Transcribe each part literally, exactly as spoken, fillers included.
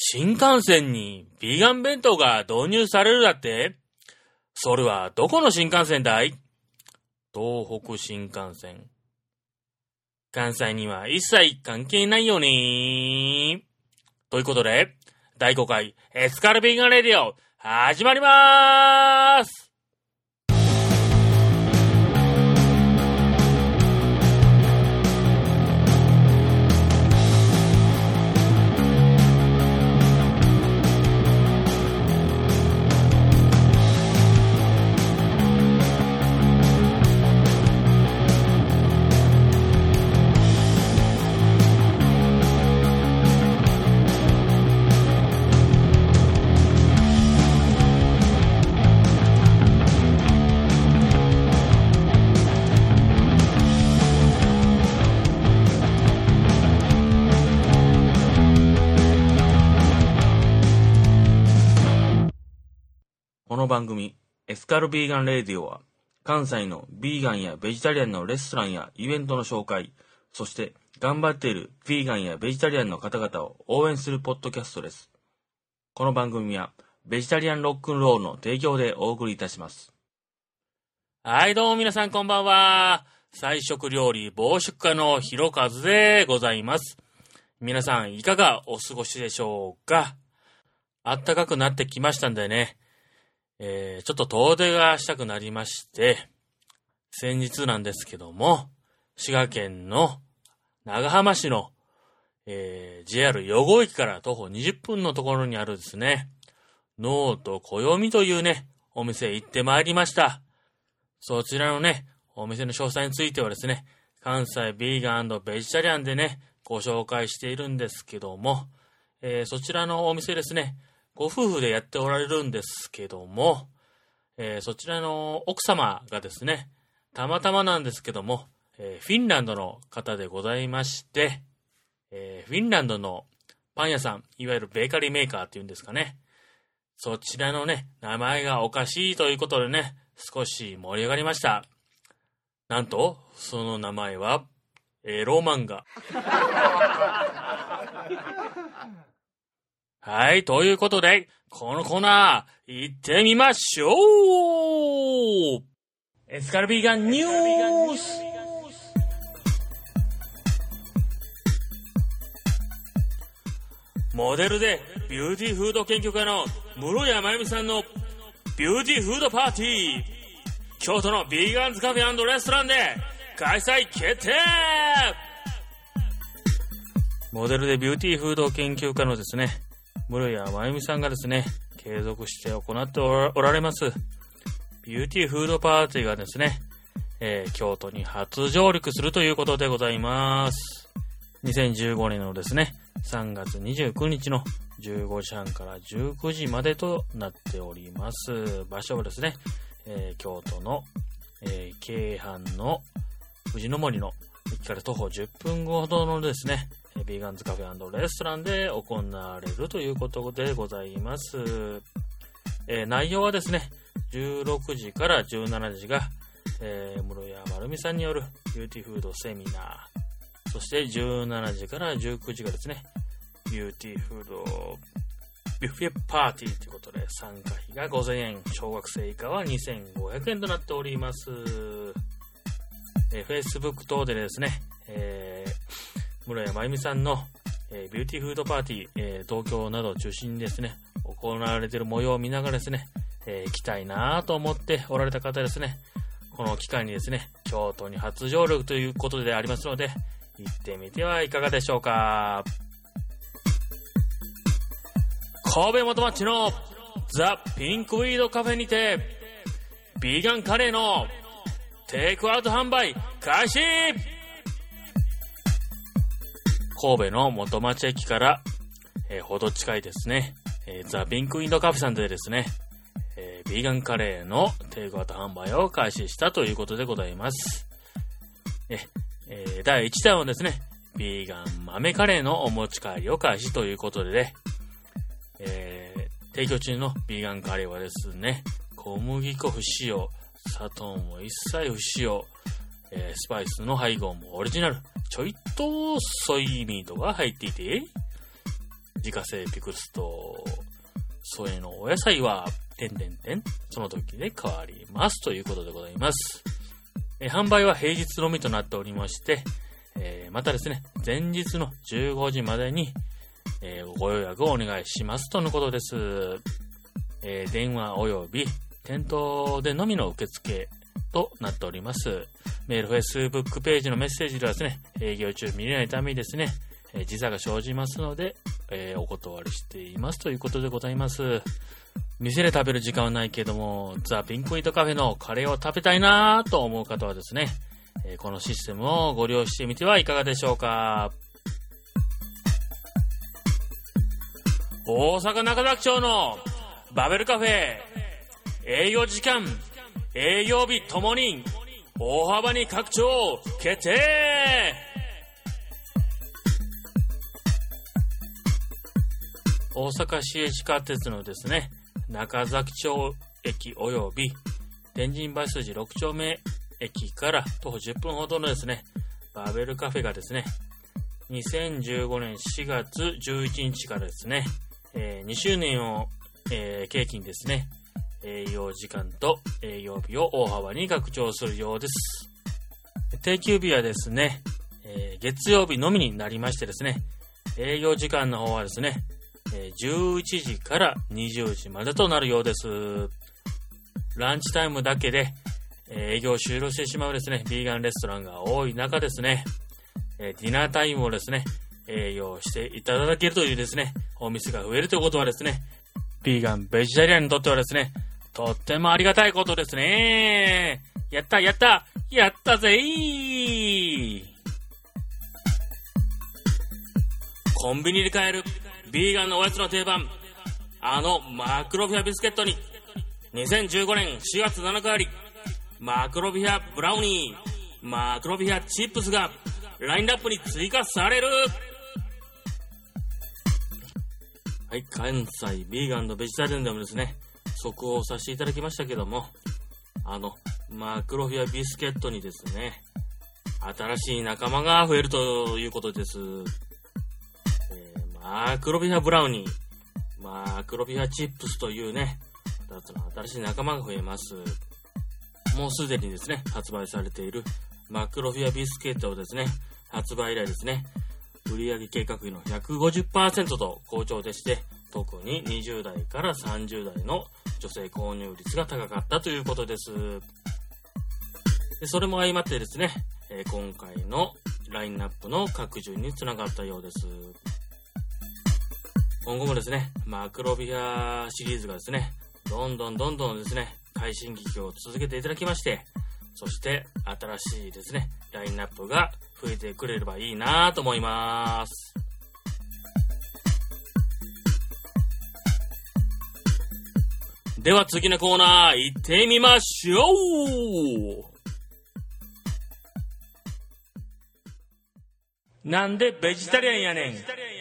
新幹線にビーガン弁当が導入されるだって？それはどこの新幹線だい？東北新幹線。関西には一切関係ないよね。ということで、だいごかいエスカルビーガンレディオ始まりまーす。この番組、エスカルビーガンレディオは、関西のビーガンやベジタリアンのレストランやイベントの紹介、そして頑張っているビーガンやベジタリアンの方々を応援するポッドキャストです。この番組は、ベジタリアンロックンロールの提供でお送りいたします。はい、どうも皆さんこんばんは。菜食料理暴食家のひろかずでございます。皆さんいかがお過ごしでしょうか？暖かくなってきましたんでね。えー、ちょっと遠出がしたくなりまして、先日なんですけども、滋賀県の長浜市の、えー、ジェイアール 余郷駅から徒歩にじゅっぷんのところにあるですね、ノート暦というね、お店行ってまいりました。そちらのね、お店の詳細についてはですね、関西ビーガン&ベジタリアンでね、ご紹介しているんですけども、えー、そちらのお店ですね、ご夫婦でやっておられるんですけども、えー、そちらの奥様がですね、たまたまなんですけども、えー、フィンランドの方でございまして、えー、フィンランドのパン屋さん、いわゆるベーカリーメーカーっていうんですかね、そちらのね、名前がおかしいということでね、少し盛り上がりました。なんと、その名前は、エロ漫画。はい、ということで、このコーナー、行ってみましょう！エスカルビーガンニュース！モデルでビューティーフード研究家の室谷真由美さんのビューティーフードパーティー、京都のビーガンズカフェ&レストランで開催決定！モデルでビューティーフード研究家のですね、室谷真由美さんがですね、継続して行っておられますビューティーフードパーティーがですね、えー、京都に初上陸するということでございます。にせんじゅうごねんのですね、さんがつにじゅうくにちのじゅうごじはんからじゅうくじまでとなっております。場所はですね、えー、京都の、えー、京阪の藤の森の駅から徒歩じゅっぷんほどのですね、ビーガンズカフェ&レストランで行われるということでございます。えー、内容はですね、じゅうろくじからじゅうしちじが、えー、室谷真由美さんによるビューティーフードセミナー、そしてじゅうしちじからじゅうくじがですね、ビューティーフードビュッフェパーティーということで、参加費がごせんえん、小学生以下はにせんごひゃくえんとなっております。えー、Facebook 等でですね、えー室谷真由美さんの、えー、ビューティーフードパーティー、えー、東京などを中心にですね、行われている模様を見ながらですね、えー、行きたいなぁと思っておられた方ですね、この機会にですね、京都に初上陸ということでありますので、行ってみてはいかがでしょうか。神戸元町のザ・ピンクウィードカフェにて、ビーガンカレーのテイクアウト販売開始！神戸の元町駅から、えー、ほど近いですね、えー、ザ・ピンクウィンドカフェさんでですね、えー、ビーガンカレーのテイクアウト販売を開始したということでございます。ええー、だいいちだんはですね、ビーガン豆カレーのお持ち帰りを開始ということでね、えー、提供中のビーガンカレーはですね、小麦粉不使用、砂糖も一切不使用、えー、スパイスの配合もオリジナル、ちょいっとソイミートが入っていて、 自家製ピクルスと添えのお野菜は点々点その時で変わりますということでございます。えー、販売は平日のみとなっておりまして、えー、またですね前日のじゅうごじまでに、えー、ご予約をお願いしますとのことです。えー、電話および店頭でのみの受付となっております。メール、フェイスブックページのメッセージではですね、営業中見れないためにですね、えー、時差が生じますので、えー、お断りしていますということでございます。店で食べる時間はないけども、ザ・ピンクイートカフェのカレーを食べたいなぁと思う方はですね、えー、このシステムをご利用してみてはいかがでしょうか。大阪中崎町のバベルカフェ、営業時間、営業日ともに大幅に拡張決定。大阪市営地下鉄のですね、中崎町駅および天神橋筋ろく丁目駅から徒歩じゅっぷんほどのですね、バベルカフェがですね、にせんじゅうごねんしがつじゅういちにちからですね、えー、にしゅうねんを、えー、契機にですね、営業時間と営業日を大幅に拡張するようです。定休日はですね、えー、月曜日のみになりましてですね、営業時間の方はですね、えー、じゅういちじからにじゅうじまでとなるようです。ランチタイムだけで、えー、営業終了してしまうですね、ビーガンレストランが多い中ですね、えー、ディナータイムをですね、営業していただけるというですね、お店が増えるということはですね、ビーガン、ベジタリアンにとってはですね、とってもありがたいことですね。やったやったやったぜー。コンビニで買えるビーガンのおやつの定番、あのマクロフィアビスケットににせんじゅうごねんしがつなのかよりマクロフィアブラウニー、マクロフィアチップスがラインナップに追加される。はい、関西ビーガンのベジタリアンでもですね、速報させていただきましたけども、あのマクロフィアビスケットにですね、新しい仲間が増えるということです。えー、マクロフィアブラウニー、マクロフィアチップスというね、ふたつの新しい仲間が増えます。もうすでにですね、発売されているマクロフィアビスケットをですね、発売以来ですね、売上計画比の ひゃくごじゅっパーセント と好調でして、特ににじゅうだいからさんじゅうだいの女性購入率が高かったということです。でそれも相まってですね、えー、今回のラインナップの拡充につながったようです。今後もですね、マクロフィアシリーズがですね、どんどんどんどんですね、快進撃を続けていただきまして、そして新しいですね、ラインナップが増えてくれればいいなと思います。では次のコーナー行ってみましょう。なんでベジタリアンやねん。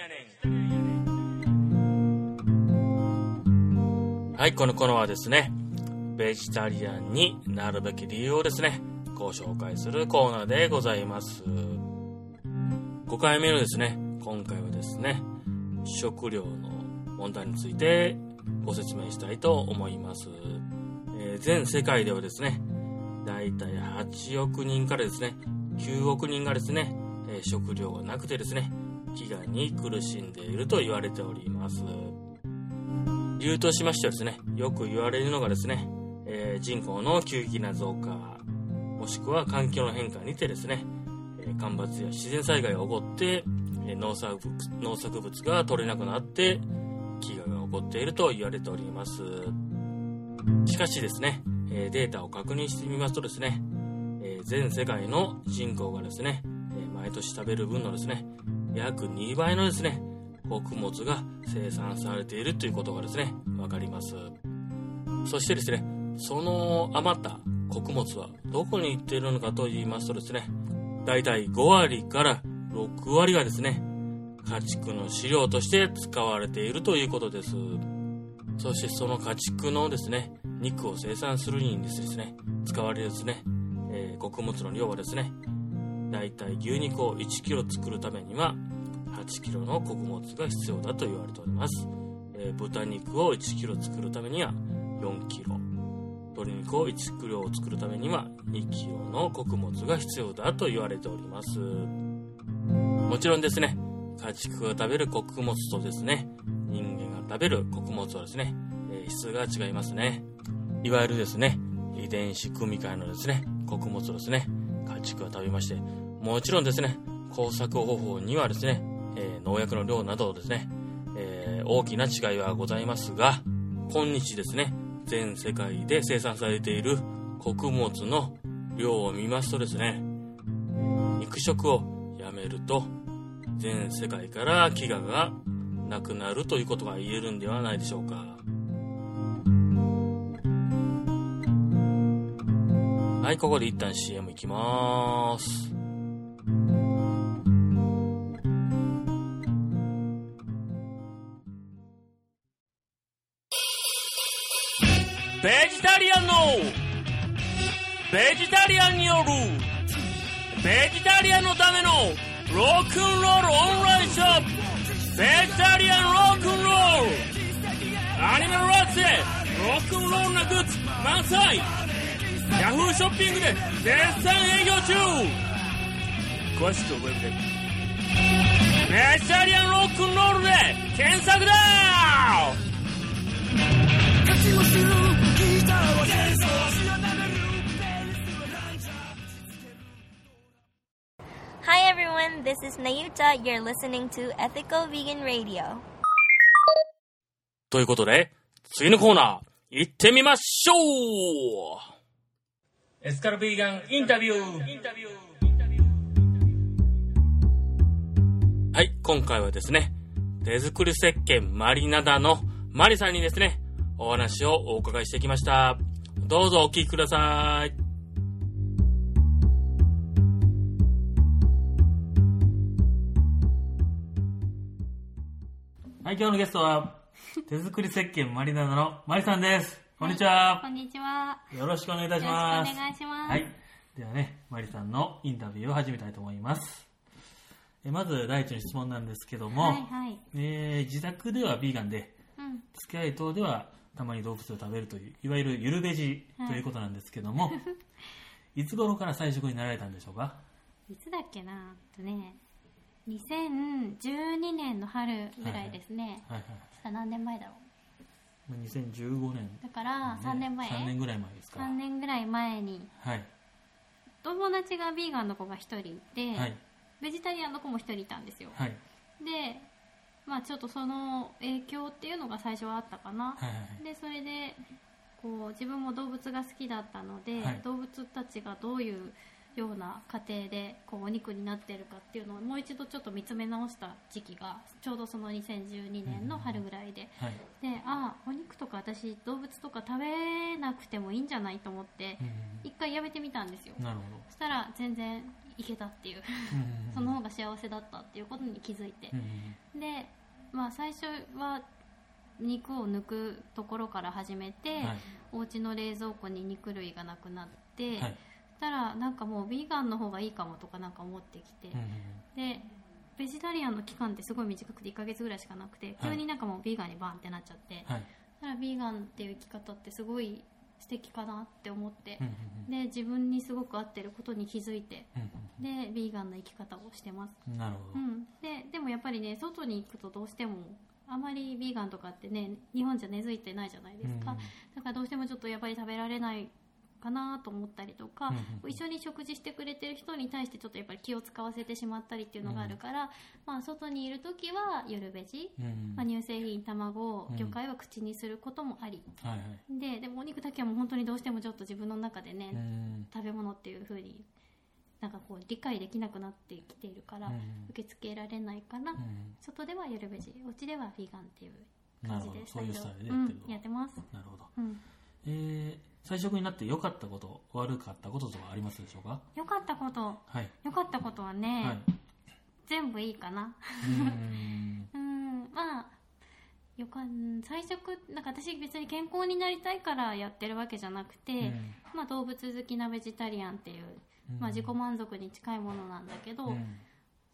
はい、このコーナーはですね、ベジタリアンになるべき理由をですね、ご紹介するコーナーでございます。ごかいめのですね、今回はですね、食料の問題についてご説明したいと思います。えー、全世界ではですね、だいたいはちおくにんからですね、きゅうおくにんがですね、えー、食料がなくてですね、飢餓に苦しんでいると言われております。理由としましてはですね、よく言われるのがですね、えー、人口の急激な増加、もしくは環境の変化にてですね、えー、干ばつや自然災害が起こって、えー、農作物、農作物が取れなくなって飢餓が起こっていると言われております。しかしですね、えー、データを確認してみますとですね、えー、全世界の人口がですね、えー、毎年食べる分のですね、約にばいのですね、穀物が生産されているということがですね、わかります。そしてですね、その余った穀物はどこに行っているのかと言いますとですね、だいたいごわりからろくわりがですね、家畜の飼料として使われているということです。そしてその家畜のですね、肉を生産するにですね、使われるですね、えー、穀物の量はですね、だいたい牛肉をいちキロ作るためにははちキロの穀物が必要だと言われております。えー、豚肉をいちキロ作るためにはよんキロ、鶏肉をいちキロを作るためにはにキロの穀物が必要だと言われております。もちろんですね、家畜が食べる穀物とですね、人間が食べる穀物はですね、えー、質が違いますね。いわゆるですね、遺伝子組み換えのですね、穀物をですね、家畜が食べまして、もちろんですね、耕作方法にはですね、えー、農薬の量などですね、えー、大きな違いはございますが、今日ですね、全世界で生産されている穀物の量を見ますとですね、肉食をやめると全世界から飢餓がなくなるということが言えるんではないでしょうか。はい、ここで一旦 シーエム いきまーす。ベジタリアンのベジタリアンによるベジタリアンのためのロックンロールオンラインショップ、ベジタリアンロックンロール。アニメのラッツでロックンロールなグッズ満載。ヤフーショッピングで絶賛営業中。詳しくはウェブでベジタリアンロックンロールで検索だー。 Hi everyone, this is Nayuta. You're listening to Ethical Vegan Radio. ということで、次のコーナー行ってみましょう。エスカルビーガンインタビュー。はい、今回はですね、手作り石鹸マリナダのマリさんにですね、お話をお伺いしてきました。どうぞお聞きください。はい、今日のゲストは手作り石鹸マリナダのマリさんです。こんにちは。 はい、こんにちは。 よろしくお願いいたします。 よろしくお願いします。 はい。ではね、マリさんのインタビューを始めたいと思います。えまず第一の質問なんですけども、 はいはい。 えー、自宅ではビーガンで、 うん、 付き合い等ではたまに動物を食べるという、いわゆるゆるベジということなんですけども、はい、いつ頃から菜食になられたんでしょうか？ いつだっけなとね、にせんじゅうにねんの春ぐらいですね。はいはい。はいはい、何年前だろう。 にせんじゅうごねん。 だからさんねんまえ、 さんねんぐらい前ですか。 さんねんぐらい前に、 はい、 友達がビーガンの子がひとりいて、はい、ベジタリアンの子もひとりいたんですよ。はい、で、まあちょっとその影響っていうのが最初はあったかな。はいはい、でそれでこう自分も動物が好きだったので、はい、動物たちがどういうような過程でこうお肉になっているかっていうのをもう一度ちょっと見つめ直した時期がちょうどそのにせんじゅうにねんの春ぐらいで、うんはい、でああお肉とか私動物とか食べなくてもいいんじゃないと思って一回やめてみたんですよ。なるほど。そしたら全然いけたっていうその方が幸せだったっていうことに気づいて、で、まあ、最初は肉を抜くところから始めて、はい、お家の冷蔵庫に肉類がなくなって、はい、たらなんかもうビーガンの方がいいかもとかなんか思ってきて、うん、でベジタリアンの期間ってすごい短くていっかげつぐらいしかなくて、急になんかもうビーガンにバンってなっちゃって、はい、たらビーガンっていう生き方ってすごい素敵かなって思って、うん、で自分にすごく合ってることに気づいて、うん、でビーガンの生き方をしてます。なるほど、うん、で, でもやっぱりね外に行くとどうしてもあまりビーガンとかってね日本じゃ根付いてないじゃないですか、うん、だからどうしてもちょっとやっぱり食べられないかなと思ったりとか、うん、一緒に食事してくれてる人に対してちょっとやっぱり気を使わせてしまったりっていうのがあるから、うん、まあ、外にいるときはゆるベジ、うんまあ、乳製品、卵、魚介は口にすることもあり、うんはいはい、で, でもお肉だけはもう本当にどうしてもちょっと自分の中でね、うん、食べ物っていう風になんかこう理解できなくなってきているから、うん、受け付けられないから、うん、外ではゆるベジ、お家ではヴィーガンっていう感じでそういうスタイルでやってる、 うん、やってます。 なるほど、うんえー、菜食になって良かったこと悪かったこととかありますでしょうか？ 良かったこと、はい、良かったことはね、はい、全部いいかな。うんうんまあよか菜食なんか私別に健康になりたいからやってるわけじゃなくて、うんまあ、動物好きなベジタリアンっていう、まあ、自己満足に近いものなんだけど、うん、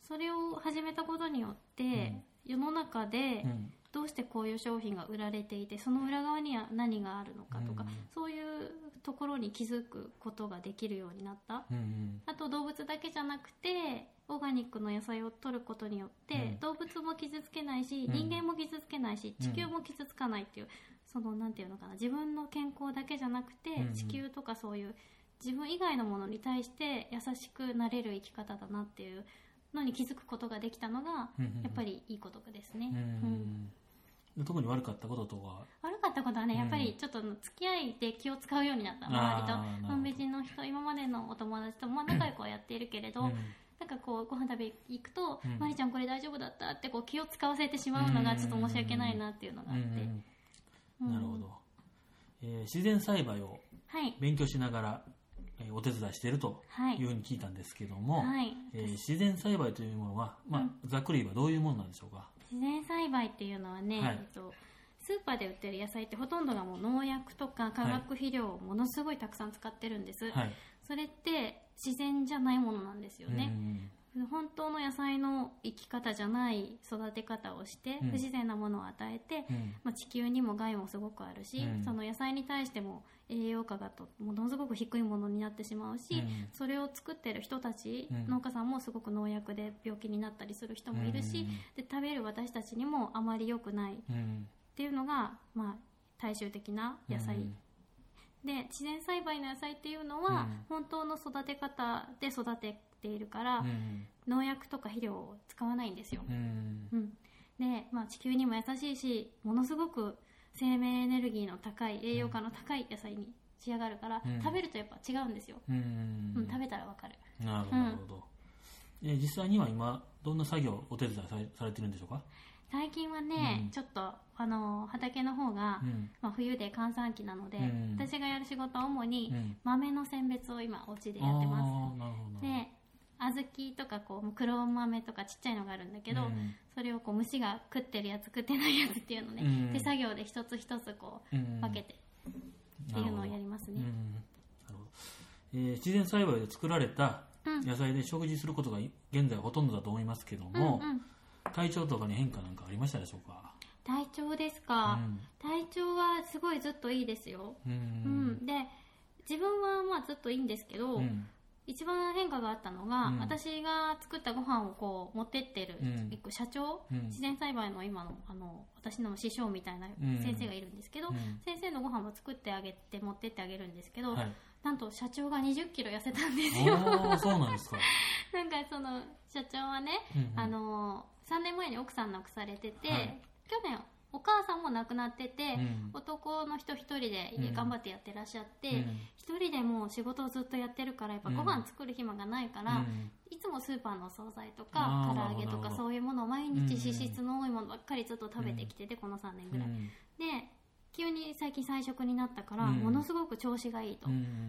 それを始めたことによって、うん、世の中でどうしてこういう商品が売られていて、その裏側には何があるのかとか、うん、そういうところに気づくことができるようになった、うん、あと動物だけじゃなくてオーガニックの野菜を摂ることによって、うん、動物も傷つけないし、うん、人間も傷つけないし、地球も傷つかないっていう、そのなんていうのかな、自分の健康だけじゃなくて、うん、地球とかそういう自分以外のものに対して優しくなれる生き方だなっていうのに気づくことができたのが、うん、やっぱりいいことですね。うんうんうん、特に悪かったこととは悪かったことはね、やっぱりちょっと付き合いで気を使うようになった、周りと。ノンベジの人、今までのお友達とも仲良くはやっているけれど、うん、なんかこうご飯食べ行くと、うん、マリちゃんこれ大丈夫だったってこう気を使わせてしまうのがちょっと申し訳ないなっていうのがあって、 うんうん、なるほど、えー、自然栽培を勉強しながら、はい、えー、お手伝いしているというふうに聞いたんですけども、はい、えー、自然栽培というものは、まあ、うん、ざっくり言えばどういうものなんでしょうか。 自然栽培っていうのはね、はい、えっとスーパーで売ってる野菜ってほとんどがもう農薬とか化学肥料をものすごいたくさん使ってるんです、はい、それって自然じゃないものなんですよね、うん、本当の野菜の生き方じゃない育て方をして、うん、不自然なものを与えて、うん、まあ、地球にも害もすごくあるし、うん、その野菜に対しても栄養価がとものすごく低いものになってしまうし、うん、それを作ってる人たち、うん、農家さんもすごく農薬で病気になったりする人もいるし、うん、で食べる私たちにもあまり良くない、うん、っていうのが、まあ、大衆的な野菜、うん、で自然栽培の野菜っていうのは、うん、本当の育て方で育てているから、うん、農薬とか肥料を使わないんですよ、うんうん、で、まあ、地球にも優しいしものすごく生命エネルギーの高い栄養価の高い野菜に仕上がるから、うん、食べるとやっぱ違うんですよ、うんうん、食べたらわかる。 なるほど、なるほど、うん、え実際には今どんな作業お手伝いされ、されてるんでしょうか。 最近はね、うん、ちょっとあの畑の方が、うん、まあ、冬で閑散期なので、うん、私がやる仕事は主に豆の選別を今お家でやってます、うん、なるほど。で小豆とかこう黒豆とかちっちゃいのがあるんだけど、うん、それをこう虫が食ってるやつ食ってないやつっていうのね、うん、手作業で一つ一つこう分けて、うん、っていうのをやりますね、うん、なるほど、えー、自然栽培で作られた野菜で食事することが現在はほとんどだと思いますけども、うんうん、体調とかに変化なんかありましたでしょうか。 体調ですか、うん、体調はすごいずっといいですよ、うんうん、で自分はまあずっといいんですけど、うん、一番変化があったのが、うん、私が作ったご飯をこう持ってってる、うん、社長、うん、自然栽培の今 の, あの私の師匠みたいな先生がいるんですけど、うん、先生のご飯を作ってあげて持ってってあげるんですけど、はい、なんと社長がにじゅっキロ痩せたんですよ。 そうなんですか。 なんかその社長はね、うんうん、あのさんねんまえに奥さん亡くされてて、はい、去年お母さんも亡くなってて、うん、男の人一人で家頑張ってやってらっしゃって、うん、一人でもう仕事をずっとやってるからやっぱご飯作る暇がないから、うん、いつもスーパーのお惣菜とか唐揚げとかそういうものを毎日脂質の多いものばっかりずっと食べてきてて、このさんねんぐらい、うん、で急に最近菜食になったから、うん、ものすごく調子がいいと、うん、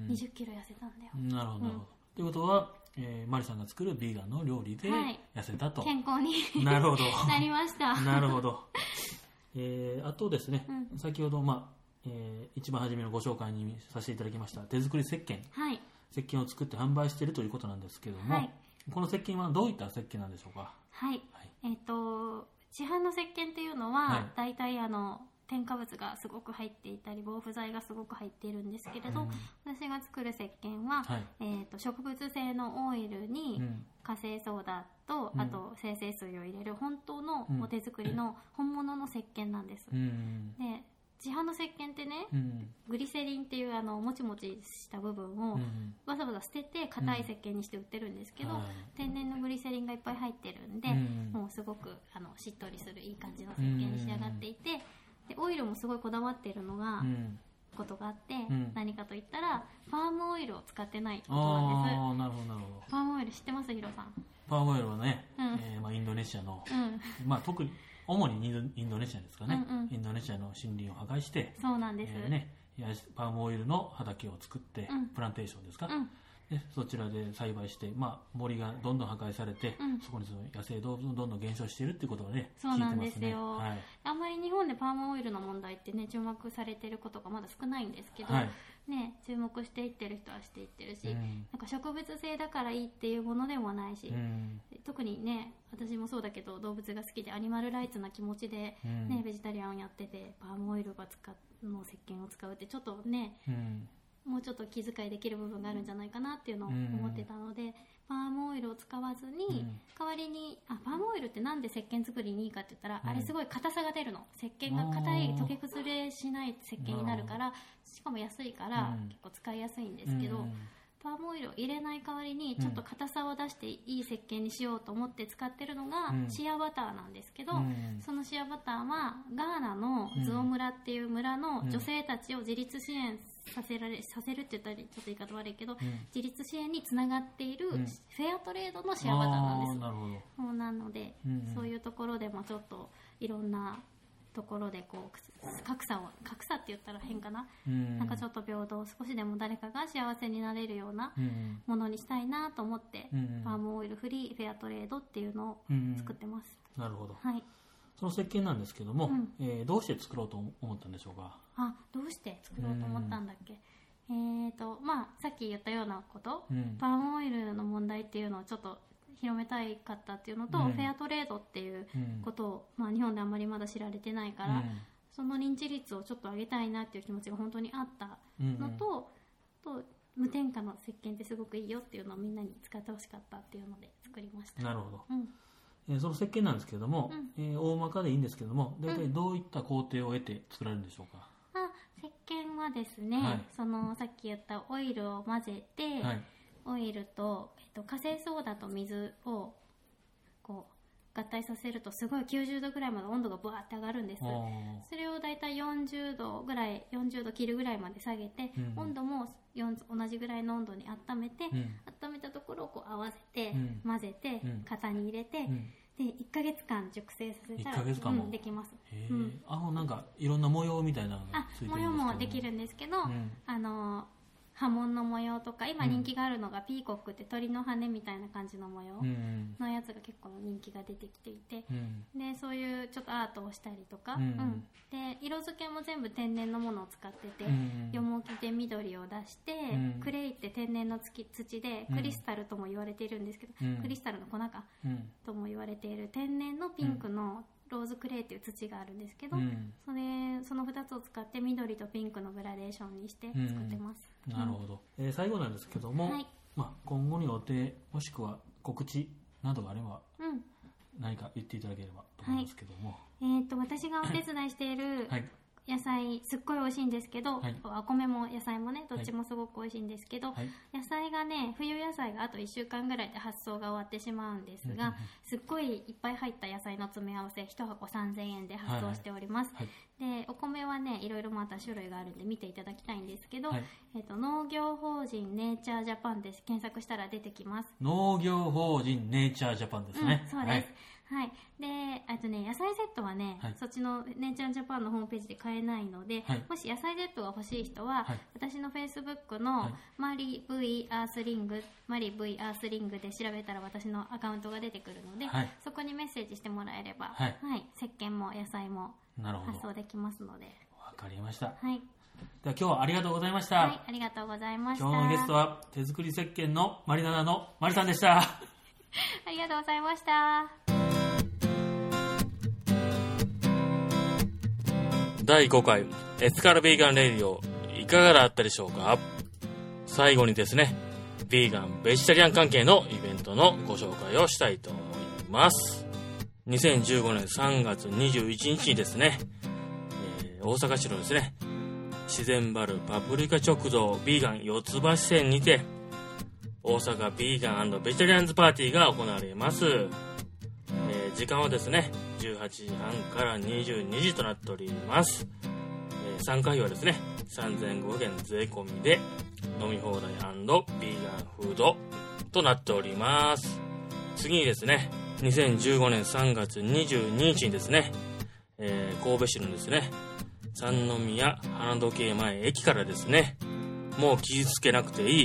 にじゅっキロ痩せたんだよ。 なるほど、うん、ということは、えー、マリさんが作るビーガンの料理で痩せたと、 はい、健康になるほどなりました。 なるほど。えー、あとですね、うん、先ほど、まあえー、一番初めのご紹介にさせていただきました手作り石鹸、はい、石鹸を作って販売しているということなんですけども、はい、この石鹸はどういった石鹸なんでしょうか。 はい、はい、えー、と市販の石鹸っていうのは、はい、大体あの添加物がすごく入っていたり防腐剤がすごく入っているんですけれど、うん、私が作る石鹸は、はい、えー、と植物性のオイルに活性ソーダと、うん、あと精製水を入れる本当のお手作りの本物の石鹸なんです、うん、で市販の石鹸ってね、うん、グリセリンっていうあのもちもちした部分をわざわざ捨てて硬い石鹸にして売ってるんですけど、うん、天然のグリセリンがいっぱい入ってるんで、うん、もうすごくあのしっとりするいい感じの石鹸に仕上がっていて、でオイルもすごいこだわっているのが、うん、ことがあって、うん、何かといったらパームオイルを使ってないことなんです。 あ、なるほどなるほど。 パームオイル知ってます？ヒロさん。 パームオイルはね、うん、えーまあ、インドネシアの、うん、まあ、特に主にインドネシアですかね、うんうん、インドネシアの森林を破壊して、 そうなんです、 えーね、パームオイルの畑を作って、うん、プランテーションですか、うん、 ね、そちらで栽培して、まあ、森がどんどん破壊されて、うん、そこにその野生動物がどんどん減少しているっていうことをね、 そうなんですよ、 聞いてますね。はい、 あんまり日本でパームオイルの問題ってね注目されていることがまだ少ないんですけど、はいね、注目していってる人はしていってるし、うん、なんか植物性だからいいっていうものでもないし、うん、特にね私もそうだけど動物が好きでアニマルライツな気持ちで、ねうん、ベジタリアンをやっててパームオイルが使うの石鹸を使うってちょっとね、うんもうちょっと気遣いできる部分があるんじゃないかなっていうのを思ってたので、うん、パームオイルを使わずに、うん、代わりにあパームオイルってなんで石鹸作りにいいかって言ったら、うん、あれすごい硬さが出るの。石鹸が硬い溶け崩れしない石鹸になるからしかも安いから、うん、結構使いやすいんですけど、うんパームオイルを入れない代わりにちょっと硬さを出していい石鹸にしようと思って使ってるのがシアバターなんですけど、うん、そのシアバターはガーナのズオ村っていう村の女性たちを自立支援させられさせるって言ったらちょっと言い方悪いけど、うん、自立支援につながっているフェアトレードのシアバターなんです、うん、なるほど。そうなので、うん、そういうところでもちょっといろんなところでこう格差を格差って言ったら変かな、うん、なんかちょっと平等少しでも誰かが幸せになれるようなものにしたいなと思って、うん、パームオイルフリーフェアトレードっていうのを作ってます、 うん、なるほど、 はい、 その石鹸なんですけども、うんえー、どうして作ろうと思ったんでしょうか。 あどうして作ろうと思ったんだっけ、うん、えーとまあさっき言ったようなこと、うん、パームオイルの問題っていうのをちょっと広めたいかったっていうのと、うん、フェアトレードっていうことを、うんまあ、日本であんまりまだ知られてないから、うん、その認知率をちょっと上げたいなっていう気持ちが本当にあったのと、うんうん、と無添加の石鹸ってすごくいいよっていうのをみんなに使ってほしかったっていうので作りました。 なるほど、うんえー、その石鹸なんですけれども、うんえー、大まかでいいんですけども大体どういった工程を得て作られるんでしょうか。 うん、あ石鹸はですね、はい、そのさっき言ったオイルを混ぜて、はいオイルと、えっと、カセイソーダと水をこう合体させるとすごいきゅうじゅうどぐらいまで温度がブワーって上がるんです。それをだいたいよんじゅうどぐらいよんじゅうど切るぐらいまで下げて、うん、温度も同じぐらいの温度に温めて、うん、温めたところをこう合わせて、うん、混ぜて、うん、型に入れて、うんでいっかげつかん熟成させたら、うん、できます。 へ、うん、あのなんかいろんな模様みたいなのがついてるんですけど、 模様もできるんですけど、うん、あの波紋の模様とか今人気があるのがピーコックって鳥の羽みたいな感じの模様のやつが結構人気が出てきていて、うん、でそういうちょっとアートをしたりとか、うんうん、で色付けも全部天然のものを使ってて、うん、よもぎで緑を出して、うん、クレイって天然の土でクリスタルとも言われているんですけど、うん、クリスタルの粉か、うん、とも言われている天然のピンクのローズクレイっていう土があるんですけど、うん、それそのふたつを使って緑とピンクのグラデーションにして作ってます、 うん、なるほど、えー、最後なんですけども、はいまあ、今後の予定もしくは告知などがあれば、うん、何か言っていただければと思うんですけども、はいえー、と私がお手伝いしている、はい野菜すっごい美味しいんですけど、はい、お米も野菜もねどっちもすごく美味しいんですけど、はい、野菜がね冬野菜があといっしゅうかんぐらいで発送が終わってしまうんですが、すっごいいっぱい入った野菜の詰め合わせいちはこさんぜんえんで発送しております、はいはい、でお米はねいろいろまた種類があるんで見ていただきたいんですけど、はいえー、と農業法人ネイチャージャパンで検索したら出てきます。 農業法人ネイチャージャパンですね、 うん、そうです、はいはい、であとね野菜セットはね、はい、そっちのネイチャージャパンのホームページで買えないので、はい、もし野菜セットが欲しい人は、はい、私のフェイスブックの、はい、マリ V アースリングマリ V アースリングで調べたら私のアカウントが出てくるので、はい、そこにメッセージしてもらえれば、はいはい、石鹸も野菜も発送できますので。 わかりました、 はい、 では今日はありがとうございました。 はい、ありがとうございました。 今日のゲストは手作り石鹸のマリナナのマリさんでしたありがとうございました。 だいごかいエスカルビーガンレディオいかがだったでしょうか。最後にですねビーガンベジタリアン関係のイベントのご紹介をしたいと思います。にせんじゅうごねんさんがつにじゅういちにちにですね、えー、大阪市のですね自然バルパプリカ食堂ビーガン四つ橋線にて大阪ビーガン&ベジタリアンズパーティーが行われます。えー、時間はですねじゅうはちじはんからにじゅうにじとなっております。えー、参加費はですねさんぜんごひゃくえん税込みで飲み放題&ビーガンフードとなっております。次にですねにせんじゅうごねんさんがつにじゅうににちにですね、えー、神戸市のですね三宮花時計前駅からですねもう傷つけなくていい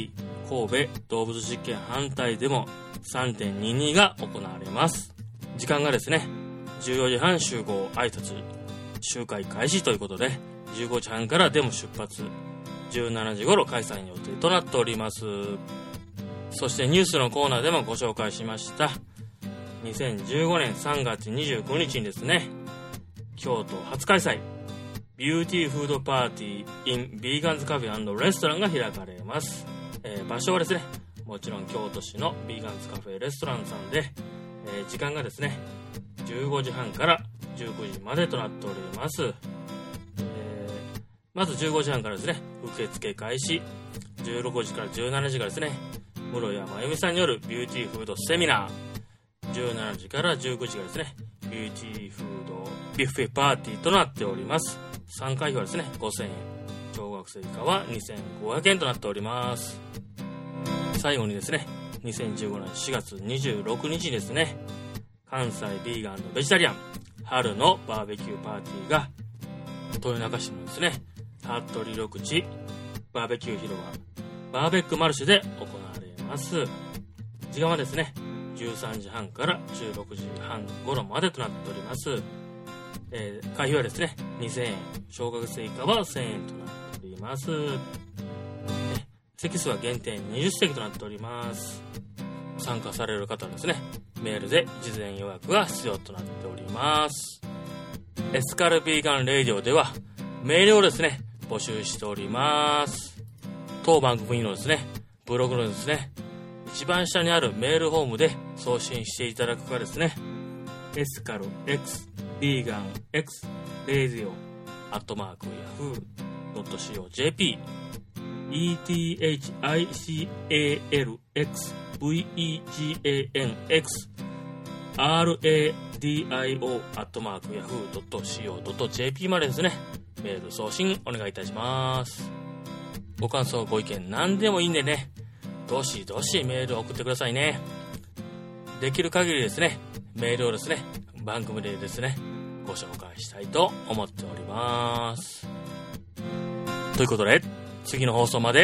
神戸動物実験反対デモ さんてんにじゅうに が行われます。時間がですね、じゅうよじはん集合挨拶、集会開始ということで、じゅうごじはんからデモ出発、じゅうしちじ頃開催予定となっております。そしてニュースのコーナーでもご紹介しました。にせんじゅうごねんさんがつにじゅうくにちにですね、京都初開催、ビューティーフードパーティー in ビーガンズカフェ&レストランが開かれます。えー、場所はですね、もちろん京都市のビーガンズカフェレストランさんで、えー、時間がですね、じゅうごじはんからじゅうくじまでとなっております。えー、まずじゅうごじはんからですね、受付開始、じゅうろくじからじゅうしちじからですね、室谷真由美さんによるビューティーフードセミナー、じゅうしちじからじゅうくじがですね、ビューティーフードビュッフェパーティーとなっております。参加費はですね、ごせんえん、小学生以下はにせんごひゃくえんとなっております。最後にですね、にせんじゅうごねんしがつにじゅうろくにちにですね、関西ビーガンのベジタリアン春のバーベキューパーティーが豊中市のですね、服部緑地バーベキュー広場バーベックマルシェで行われます。時間はですね、じゅうさんじはんからじゅうろくじはん頃までとなっております。えー、会費はですね、にせんえん、小学生以下はせんえんとなっております。席数は限定にじゅっせきとなっております。参加される方はですね、メールで事前予約が必要となっております。エスカルビーガンレディオではメールをですね、募集しております。当番組のですね、ブログのですね、一番下にあるメールフォームで送信していただくかですね、エスカル X ビーガン X レディオアットマークヤフー ドット シーオー ジェーピー エーティーエイチアイシーエーエルエックスブイイージーエーエヌエックスアールエーディーアイオー アットマークヤフー ドット シーオー ドット ジェーピー までですね、メール送信お願いいたします。ご感想ご意見何でもいいんでね、どしどしメールを送ってくださいね。できる限りですね、メールをですね、番組でですね、ご紹介したいと思っております。ということで、次の放送まで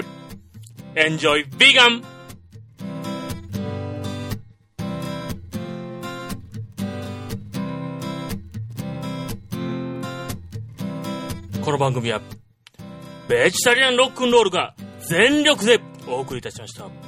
Enjoy Vegan! この番組はベジタリアンロックンロールが全力でお送りいたしました。